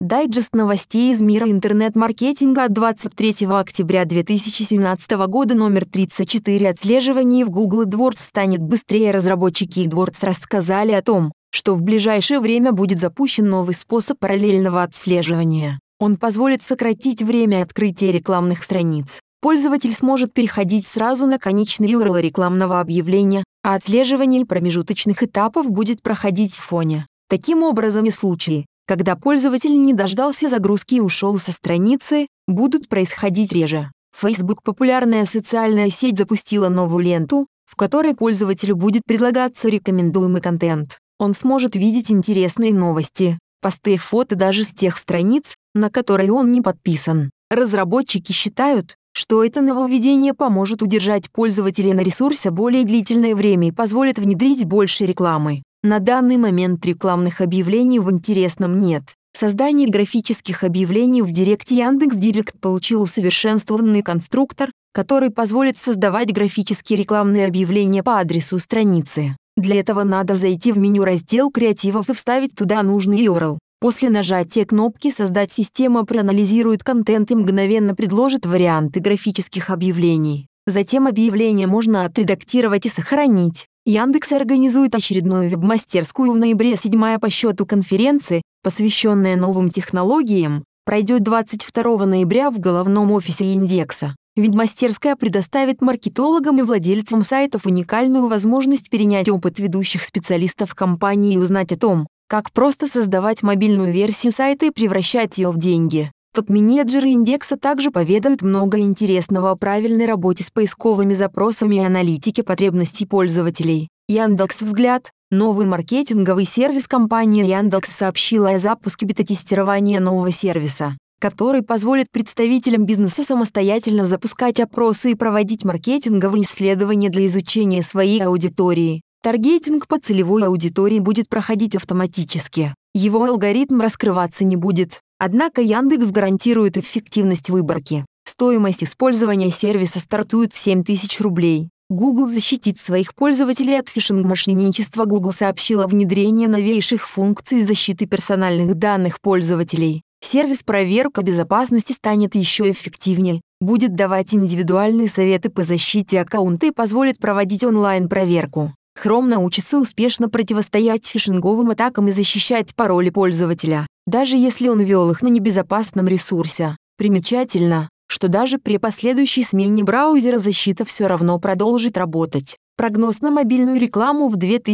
Дайджест новостей из мира интернет-маркетинга от 23 октября 2017 года номер 34. Отслеживание в Google AdWords станет быстрее. Разработчики AdWords рассказали о том, что в ближайшее время будет запущен новый способ параллельного отслеживания. Он позволит сократить время открытия рекламных страниц. Пользователь сможет переходить сразу на конечный URL рекламного объявления, а отслеживание промежуточных этапов будет проходить в фоне. Таким образом, и случаи, когда пользователь не дождался загрузки и ушел со страницы, будут происходить реже. Facebook, популярная социальная сеть, запустила новую ленту, в которой пользователю будет предлагаться рекомендуемый контент. Он сможет видеть интересные новости, посты и фото даже с тех страниц, на которые он не подписан. Разработчики считают, что это нововведение поможет удержать пользователей на ресурсе более длительное время и позволит внедрить больше рекламы. На данный момент рекламных объявлений в интересном нет. Создание графических объявлений в Директе Яндекс.Директ получил усовершенствованный конструктор, который позволит создавать графические рекламные объявления по адресу страницы. Для этого надо зайти в меню раздел креативов и вставить туда нужный URL. После нажатия кнопки «Создать» система проанализирует контент и мгновенно предложит варианты графических объявлений. Затем объявление можно отредактировать и сохранить. Яндекс организует очередную веб-мастерскую в ноябре. 7-я по счету конференция, посвященная новым технологиям, пройдет 22 ноября в головном офисе индекса. Веб-мастерская предоставит маркетологам и владельцам сайтов уникальную возможность перенять опыт ведущих специалистов компании и узнать о том, как просто создавать мобильную версию сайта и превращать ее в деньги. Топ-менеджеры индекса также поведают много интересного о правильной работе с поисковыми запросами и аналитике потребностей пользователей. Яндекс.Взгляд, новый маркетинговый сервис компании Яндекс сообщила о запуске бета-тестирования нового сервиса, который позволит представителям бизнеса самостоятельно запускать опросы и проводить маркетинговые исследования для изучения своей аудитории. Таргетинг по целевой аудитории будет проходить автоматически. Его алгоритм раскрываться не будет. Однако Яндекс гарантирует эффективность выборки. Стоимость использования сервиса стартует с 7000 рублей. Google защитит своих пользователей от фишинг-мошенничества. Google сообщила о внедрении новейших функций защиты персональных данных пользователей. Сервис проверка безопасности станет еще эффективнее, будет давать индивидуальные советы по защите аккаунта и позволит проводить онлайн-проверку. Chrome научится успешно противостоять фишинговым атакам и защищать пароли пользователя, даже если он ввел их на небезопасном ресурсе. Примечательно, что даже при последующей смене браузера защита все равно продолжит работать. Прогноз на мобильную рекламу в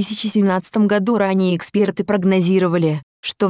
2017 году. Ранее эксперты прогнозировали, что в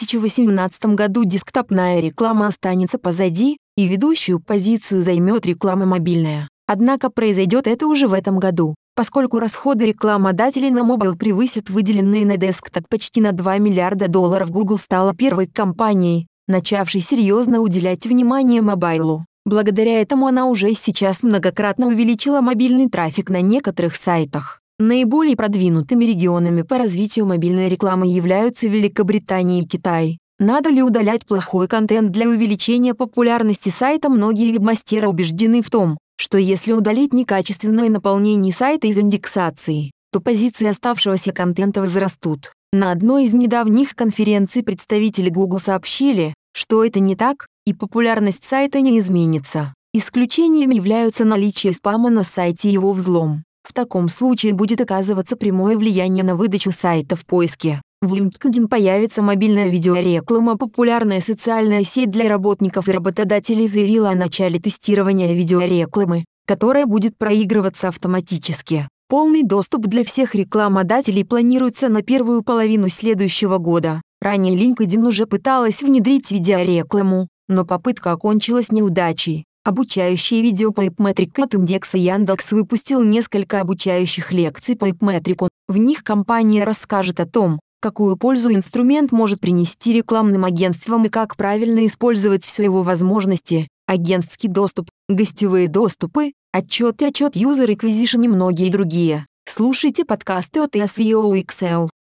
2018 году десктопная реклама останется позади, и ведущую позицию займет реклама мобильная. Однако произойдет это уже в этом году, поскольку расходы рекламодателей на мобайл превысят выделенные на десктоп почти на $2 миллиарда. Google стала первой компанией, начавшей серьезно уделять внимание мобайлу. Благодаря этому она уже сейчас многократно увеличила мобильный трафик на некоторых сайтах. Наиболее продвинутыми регионами по развитию мобильной рекламы являются Великобритания и Китай. Надо ли удалять плохой контент для увеличения популярности сайта? Многие веб-мастеры убеждены в том, что если удалить некачественное наполнение сайта из индексации, то позиции оставшегося контента возрастут. На одной из недавних конференций представители Google сообщили, что это не так, и популярность сайта не изменится. Исключением являются наличие спама на сайте и его взлом. В таком случае будет оказываться прямое влияние на выдачу сайта в поиске. В LinkedIn появится мобильная видеореклама. Популярная социальная сеть для работников и работодателей заявила о начале тестирования видеорекламы, которая будет проигрываться автоматически. Полный доступ для всех рекламодателей планируется на первую половину следующего года. Ранее LinkedIn уже пыталась внедрить видеорекламу, но попытка окончилась неудачей. Обучающие видео по IP-метрике от индекса. Яндекс выпустил несколько обучающих лекций по IP-метрику. В них компания расскажет о том, какую пользу инструмент может принести рекламным агентствам и как правильно использовать все его возможности: агентский доступ, гостевые доступы, отчет User Acquisition и многие другие. Слушайте подкасты от SEO XL.